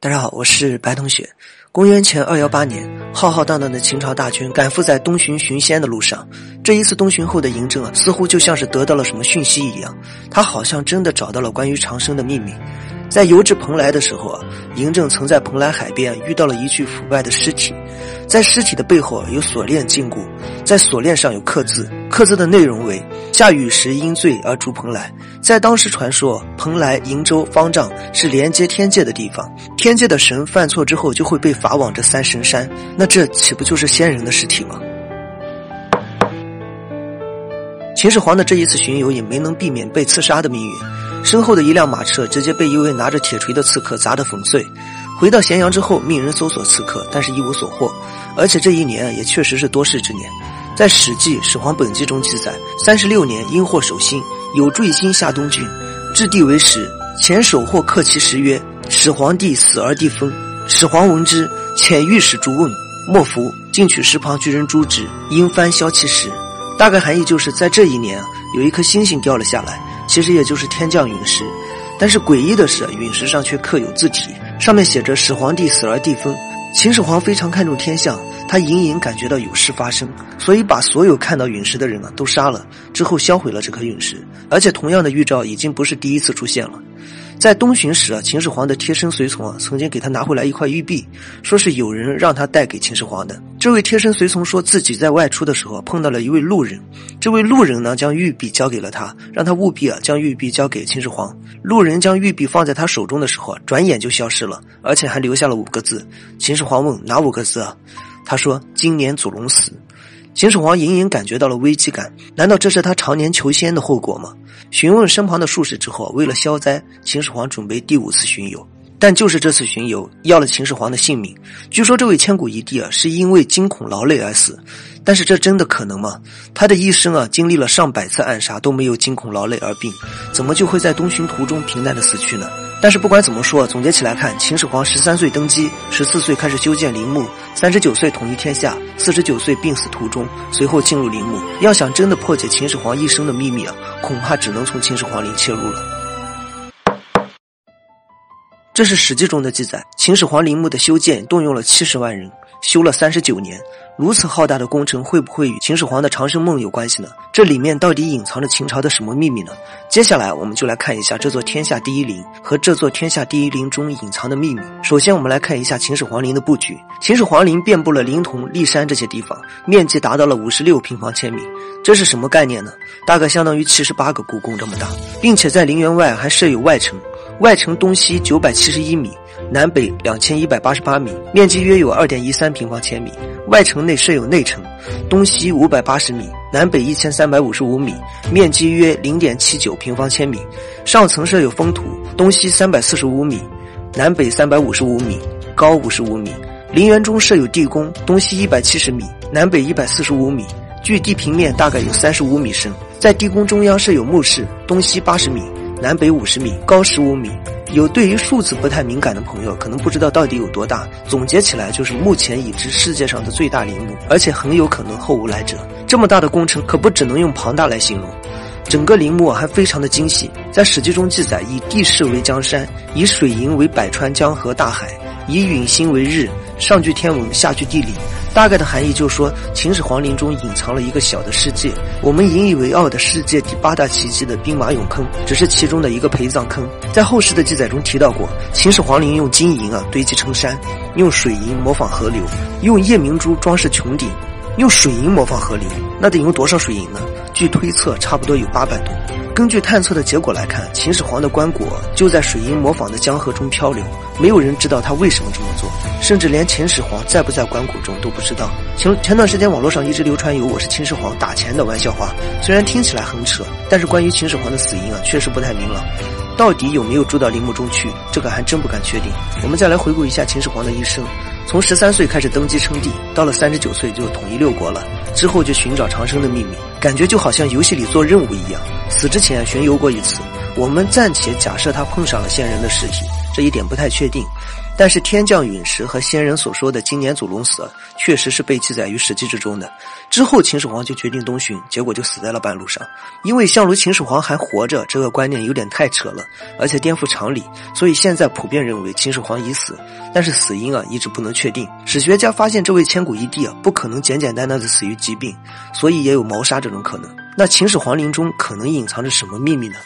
大家好，我是白同学。公元前218年，浩浩荡荡的秦朝大军赶赴在东巡寻仙的路上。这一次东巡后的嬴政似乎就像是得到了什么讯息一样，他好像真的找到了关于长生的秘密。在游至蓬莱的时候嬴政曾在蓬莱海边遇到了一具腐败的尸体，在尸体的背后有锁链禁锢，在锁链上有刻字，刻字的内容为夏禹时因罪而逐蓬莱。在当时传说，蓬莱、瀛洲、方丈是连接天界的地方，天界的神犯错之后就会被罚往这三神山，那这岂不就是仙人的尸体吗？秦始皇的这一次巡游也没能避免被刺杀的命运，身后的一辆马车直接被一位拿着铁锤的刺客砸得粉碎。回到咸阳之后，命人搜索刺客，但是一无所获。而且这一年也确实是多事之年。在《史记·始皇本纪》中记载，36年，因祸守心，有坠星下东郡，置地为始。前守或刻其时曰：始皇帝死而地封。始皇闻之，遣御史逐问，莫服，进取石旁巨人诛之，因幡消其时。大概含义就是在这一年有一颗星星掉了下来，其实也就是天降陨石。但是诡异的是，陨石上却刻有字体，上面写着始皇帝死而地封。秦始皇非常看重天象，他隐隐感觉到有事发生，所以把所有看到陨石的人都杀了，之后销毁了这颗陨石。而且同样的预兆已经不是第一次出现了。在东巡时秦始皇的贴身随从曾经给他拿回来一块玉璧，说是有人让他带给秦始皇的。这位贴身随从说自己在外出的时候碰到了一位路人，这位路人呢将玉璧交给了他，让他务必将玉璧交给秦始皇。路人将玉璧放在他手中的时候转眼就消失了，而且还留下了5个字。秦始皇问哪5个字啊？他说今年祖龙死。秦始皇隐隐感觉到了危机感，难道这是他常年求仙的后果吗？询问身旁的术士之后，为了消灾，秦始皇准备第5次巡游。但就是这次巡游要了秦始皇的性命。据说这位千古一帝是因为惊恐劳累而死，但是这真的可能吗？他的一生经历了上百次暗杀都没有惊恐劳累而病，怎么就会在东巡途中平淡的死去呢？但是不管怎么说，总结起来看，秦始皇13岁登基，14岁开始修建陵墓，39岁统一天下，49岁病死途中，随后进入陵墓。要想真的破解秦始皇一生的秘密恐怕只能从秦始皇陵切入了。这是《史记》中的记载，秦始皇陵墓的修建动用了70万人，修了39年。如此浩大的工程会不会与秦始皇的长生梦有关系呢？这里面到底隐藏着秦朝的什么秘密呢？接下来我们就来看一下这座天下第一陵和这座天下第一陵中隐藏的秘密。首先我们来看一下秦始皇陵的布局。秦始皇陵遍布了临潼、骊山这些地方，面积达到了56平方千米。这是什么概念呢？大概相当于78个故宫这么大，并且在陵园外还设有外城，外城东西971米，南北2188米，面积约有2.13平方千米。外城内设有内城，东西580米，南北1355米，面积约0.79平方千米。上层设有封土，东西345米，南北355米，高55米。陵园中设有地宫，东西170米，南北145米，距地平面大概有35米深。在地宫中央设有墓室，东西80米，南北50米，高15米。有对于数字不太敏感的朋友可能不知道到底有多大，总结起来就是目前已知世界上的最大陵墓，而且很有可能后无来者。这么大的工程可不只能用庞大来形容，整个陵墓还非常的精细。在《史记》中记载，以地势为江山，以水银为百川江河大海，以陨星为日，上据天文，下据地理。大概的含义就是说，秦始皇陵中隐藏了一个小的世界，我们引以为傲的世界第8大奇迹的兵马俑坑只是其中的一个陪葬坑。在后世的记载中提到过，秦始皇陵用金银堆积成山，用水银模仿河流，用夜明珠装饰穹顶。用水银模仿河流，那得用多少水银呢？据推测差不多有800吨。根据探测的结果来看，秦始皇的棺椁就在水银模仿的江河中漂流，没有人知道他为什么这么做，甚至连秦始皇在不在棺椁中都不知道。前段时间网络上一直流传有我是秦始皇打钱的玩笑话，虽然听起来很扯，但是关于秦始皇的死因确实不太明朗。到底有没有住到陵墓中去，这个还真不敢确定。我们再来回顾一下秦始皇的一生，从13岁开始登基称帝，到了39岁就统一6国了，之后就寻找长生的秘密，感觉就好像游戏里做任务一样。死之前巡游过一次， 我们暂且假设他碰上了仙人的尸体，这一点不太确定。但是天降陨石和仙人所说的今年祖龙死确实是被记载于史记之中的。之后秦始皇就决定东巡，结果就死在了半路上。因为相如秦始皇还活着这个观念有点太扯了，而且颠覆常理，所以现在普遍认为秦始皇已死，但是死因一直不能确定。史学家发现这位千古一帝不可能简简单单的死于疾病，所以也有谋杀这种可能。那秦始皇陵中可能隐藏着什么秘密呢？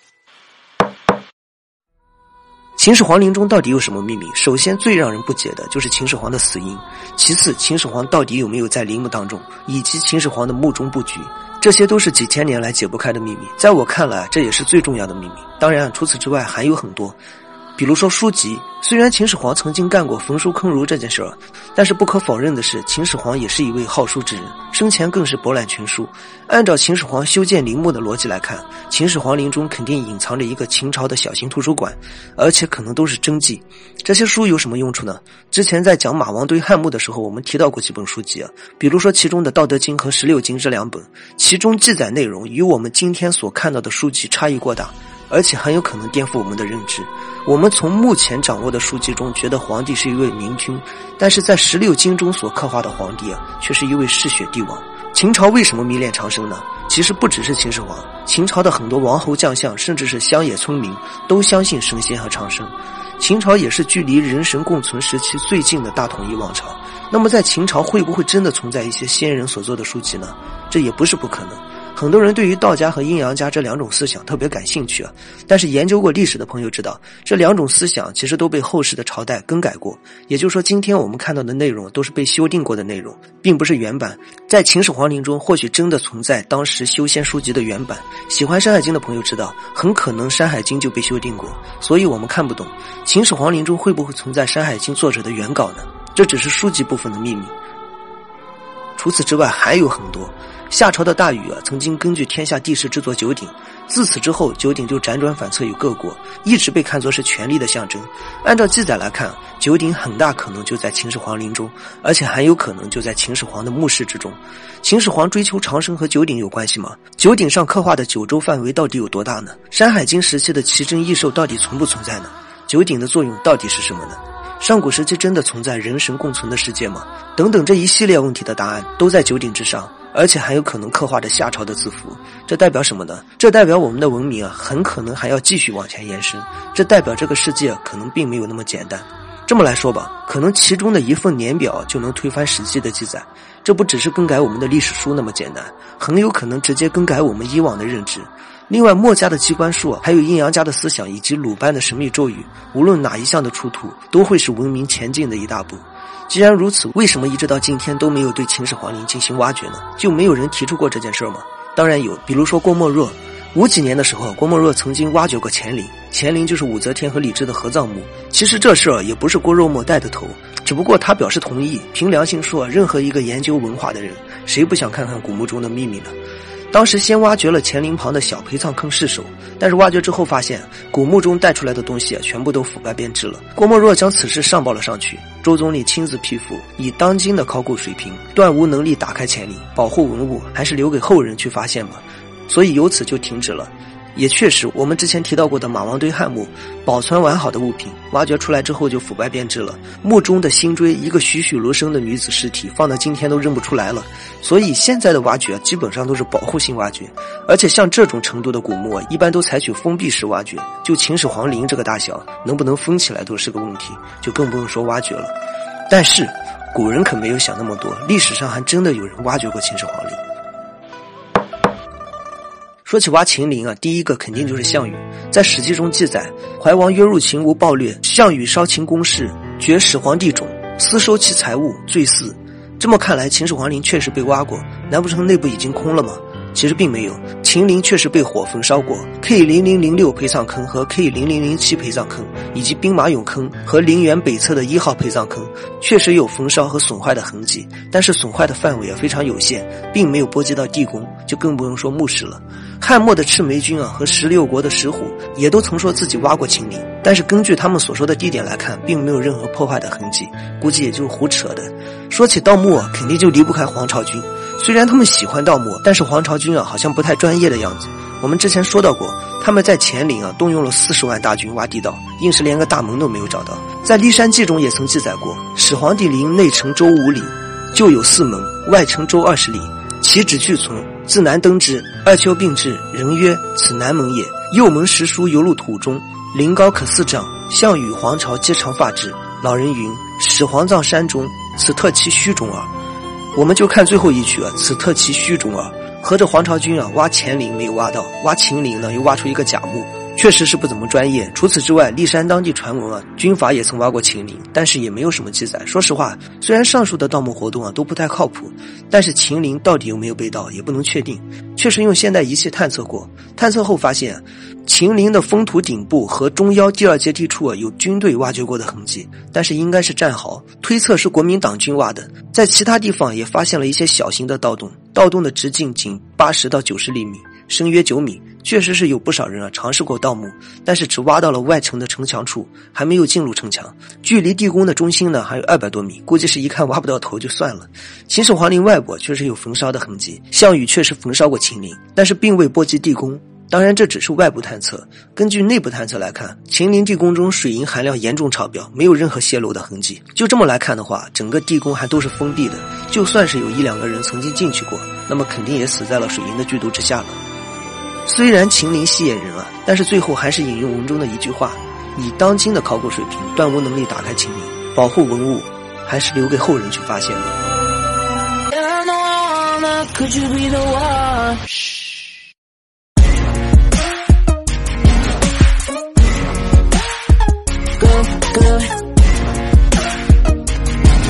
秦始皇陵中到底有什么秘密？首先最让人不解的就是秦始皇的死因，其次秦始皇到底有没有在陵墓当中，以及秦始皇的墓中布局，这些都是几千年来解不开的秘密。在我看来，这也是最重要的秘密。当然除此之外还有很多，比如说书籍。虽然秦始皇曾经干过焚书坑儒这件事但是不可否认的是，秦始皇也是一位好书之人，生前更是博览群书。按照秦始皇修建陵墓的逻辑来看，秦始皇陵中肯定隐藏着一个秦朝的小型图书馆，而且可能都是真迹。这些书有什么用处呢？之前在讲马王堆汉墓的时候，我们提到过几本书籍比如说其中的《道德经》和《16经》这两本，其中记载内容与我们今天所看到的书籍差异过大，而且很有可能颠覆我们的认知。我们从目前掌握的书籍中觉得皇帝是一位明君，但是在16经中所刻画的皇帝却是一位嗜血帝王。秦朝为什么迷恋长生呢？其实不只是秦始皇，秦朝的很多王侯将相甚至是乡野村民都相信神仙和长生。秦朝也是距离人神共存时期最近的大统一王朝，那么在秦朝会不会真的存在一些先人所做的书籍呢？这也不是不可能。很多人对于道家和阴阳家这两种思想特别感兴趣但是研究过历史的朋友知道，这两种思想其实都被后世的朝代更改过，也就是说今天我们看到的内容都是被修订过的内容，并不是原版。在秦始皇陵中或许真的存在当时修仙书籍的原版，喜欢山海经的朋友知道，很可能山海经就被修订过，所以我们看不懂秦始皇陵中会不会存在山海经作者的原稿呢？这只是书籍部分的秘密。除此之外还有很多。夏朝的大禹曾经根据天下地势制作九鼎，自此之后九鼎就辗转反侧于各国，一直被看作是权力的象征。按照记载来看，九鼎很大可能就在秦始皇陵中，而且很有可能就在秦始皇的墓室之中。秦始皇追求长生和九鼎有关系吗？九鼎上刻画的九州范围到底有多大呢？山海经时期的奇珍异兽到底存不存在呢？九鼎的作用到底是什么呢？上古时期真的存在人神共存的世界吗？等等，这一系列问题的答案都在九鼎之上，而且还有可能刻画着夏朝的字符。这代表什么呢？这代表我们的文明很可能还要继续往前延伸，这代表这个世界可能并没有那么简单。这么来说吧，可能其中的一份年表就能推翻史记的记载，这不只是更改我们的历史书那么简单，很有可能直接更改我们以往的认知。另外，墨家的机关术还有阴阳家的思想以及鲁班的神秘咒语，无论哪一项的出土都会是文明前进的一大步。既然如此，为什么一直到今天都没有对秦始皇陵进行挖掘呢？就没有人提出过这件事吗？当然有，比如说郭沫若。50几年的时候，郭沫若曾经挖掘过乾陵，乾陵就是武则天和李治的合葬墓。其实这事也不是郭沫若带的头，只不过他表示同意。凭良心说，任何一个研究文化的人，谁不想看看古墓中的秘密呢？当时先挖掘了乾陵旁的小陪葬坑试手，但是挖掘之后发现古墓中带出来的东西全部都腐败变质了。郭沫若将此事上报了上去，周总理亲自批复，以当今的考古水平断无能力打开乾陵，保护文物还是留给后人去发现吧，所以由此就停止了。也确实，我们之前提到过的马王堆汉墓，保存完好的物品挖掘出来之后就腐败变质了，墓中的辛锥，一个栩栩如生的女子尸体，放到今天都认不出来了。所以现在的挖掘基本上都是保护性挖掘，而且像这种程度的古墓一般都采取封闭式挖掘，就秦始皇陵这个大小能不能封起来都是个问题，就更不用说挖掘了。但是古人可没有想那么多，历史上还真的有人挖掘过秦始皇陵。说起挖秦陵第一个肯定就是项羽。在史记中记载，怀王约入秦吴暴虐，项羽烧秦宫室，掘始皇帝冢，私收其财物，罪祀。这么看来，秦始皇陵确实被挖过，难不成内部已经空了吗？其实并没有，秦陵确实被火焚烧过， K0006 陪葬坑和 K0007 陪葬坑，以及兵马俑坑和陵园北侧的1号陪葬坑确实有焚烧和损坏的痕迹，但是损坏的范围非常有限，并没有波及到地宫，就更不用说墓室了。汉末的赤眉军和16国的石虎也都曾说自己挖过秦陵，但是根据他们所说的地点来看，并没有任何破坏的痕迹，估计也就是胡扯的。说起盗墓肯定就离不开黄巢军。 虽然他们喜欢盗墓，但是黄巢军好像不太专业的样子。我们之前说到过，他们在乾陵动用了40万大军挖地道，硬是连个大门都没有找到。在《骊山记》中也曾记载过，始皇帝陵内城周5里，就有4门，外城周20里，其址俱存。自南登之，二丘并至，人曰：此南门也。右门石书游入土中，陵高可4丈，项羽、黄巢皆长发之。老人云：始皇葬山中，此特其虚中耳。我们就看最后一句此特其虚中耳。合着黄巢军挖乾陵没有挖到，挖秦陵呢又挖出一个假墓，确实是不怎么专业。除此之外，骊山当地传闻军阀也曾挖过秦陵，但是也没有什么记载。说实话，虽然上述的盗墓活动都不太靠谱，但是秦陵到底有没有被盗也不能确定。确实用现代仪器探测过，探测后发现秦陵的封土顶部和中腰第2阶梯处有军队挖掘过的痕迹，但是应该是战壕，推测是国民党军挖的。在其他地方也发现了一些小型的盗洞，盗洞的直径仅80到90厘米，深约9米。确实是有不少人尝试过盗墓，但是只挖到了外城的城墙处，还没有进入城墙，距离地宫的中心呢还有200多米，估计是一看挖不到头就算了。秦始皇陵外部确实有焚烧的痕迹，项羽确实焚烧过秦陵，但是并未波及地宫。当然这只是外部探测，根据内部探测来看，秦陵地宫中水银含量严重超标，没有任何泄漏的痕迹。就这么来看的话，整个地宫还都是封闭的，就算是有1-2个人曾经进去过，那么肯定也死在了水银的剧毒之下了。虽然秦陵吸引人但是最后还是引用文中的一句话：以当今的考古水平，断无能力打开秦陵，保护文物还是留给后人去发现的。